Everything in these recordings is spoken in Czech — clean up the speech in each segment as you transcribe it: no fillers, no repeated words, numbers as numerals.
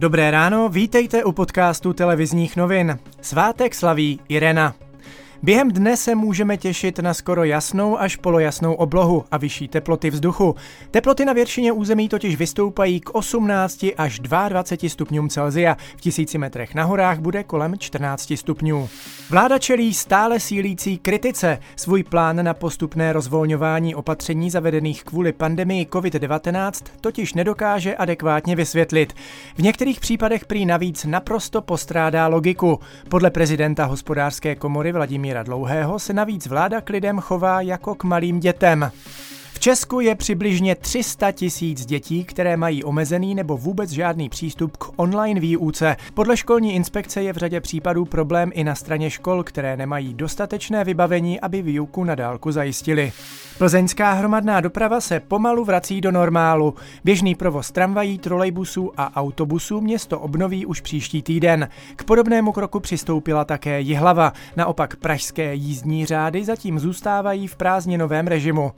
Dobré ráno, vítejte u podcastu televizních novin. Svátek slaví Irena. Během dne se můžeme těšit na skoro jasnou až polojasnou oblohu a vyšší teploty vzduchu. Teploty na většině území totiž vystoupají k 18 až 22 stupňům Celsia. V 1000 metrech na horách bude kolem 14 stupňů. Vláda čelí stále sílící kritice. Svůj plán na postupné rozvolňování opatření zavedených kvůli pandemii COVID-19 totiž nedokáže adekvátně vysvětlit. V některých případech prý navíc naprosto postrádá logiku. Podle prezidenta Hospodářské komory Vladimíra Dlouhého se navíc vláda k lidem chová jako k malým dětem. V Česku je přibližně 300 000 dětí, které mají omezený nebo vůbec žádný přístup k online výuce. Podle školní inspekce je v řadě případů problém i na straně škol, které nemají dostatečné vybavení, aby výuku na dálku zajistili. Plzeňská hromadná doprava se pomalu vrací do normálu. Běžný provoz tramvají, trolejbusů a autobusů město obnoví už příští týden. K podobnému kroku přistoupila také Jihlava. Naopak pražské jízdní řády zatím zůstávají v prázdninovém režimu.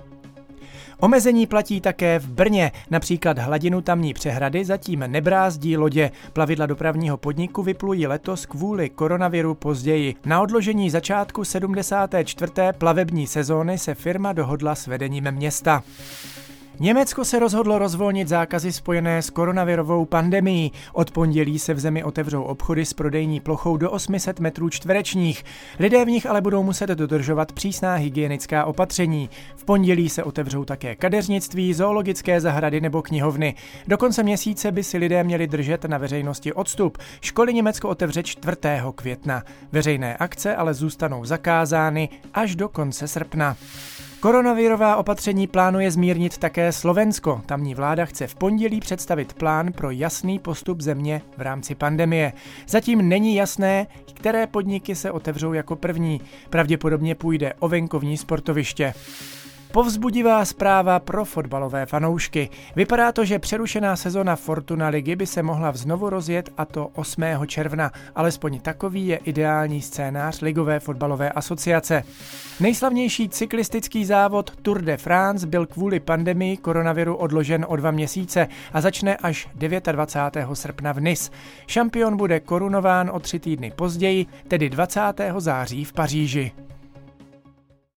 Omezení platí také v Brně, například hladinu tamní přehrady zatím nebrázdí lodě. Plavidla dopravního podniku vyplují letos kvůli koronaviru později. Na odložení začátku 74. plavební sezóny se firma dohodla s vedením města. Německo se rozhodlo rozvolnit zákazy spojené s koronavirovou pandemií. Od pondělí se v zemi otevřou obchody s prodejní plochou do 800 metrů čtverečních. Lidé v nich ale budou muset dodržovat přísná hygienická opatření. V pondělí se otevřou také kadeřnictví, zoologické zahrady nebo knihovny. Do konce měsíce by si lidé měli držet na veřejnosti odstup. Školy Německo otevře 4. května. Veřejné akce ale zůstanou zakázány až do konce srpna. Koronavirová opatření plánuje zmírnit také Slovensko. Tamní vláda chce v pondělí představit plán pro jasný postup země v rámci pandemie. Zatím není jasné, které podniky se otevřou jako první. Pravděpodobně půjde o venkovní sportoviště. Povzbudivá zpráva pro fotbalové fanoušky. Vypadá to, že přerušená sezona Fortuna ligy by se mohla znovu rozjet, a to 8. června. Alespoň takový je ideální scénář Ligové fotbalové asociace. Nejslavnější cyklistický závod Tour de France byl kvůli pandemii koronaviru odložen o 2 měsíce a začne až 29. srpna v Nice. Šampion bude korunován o 3 týdny později, tedy 20. září v Paříži.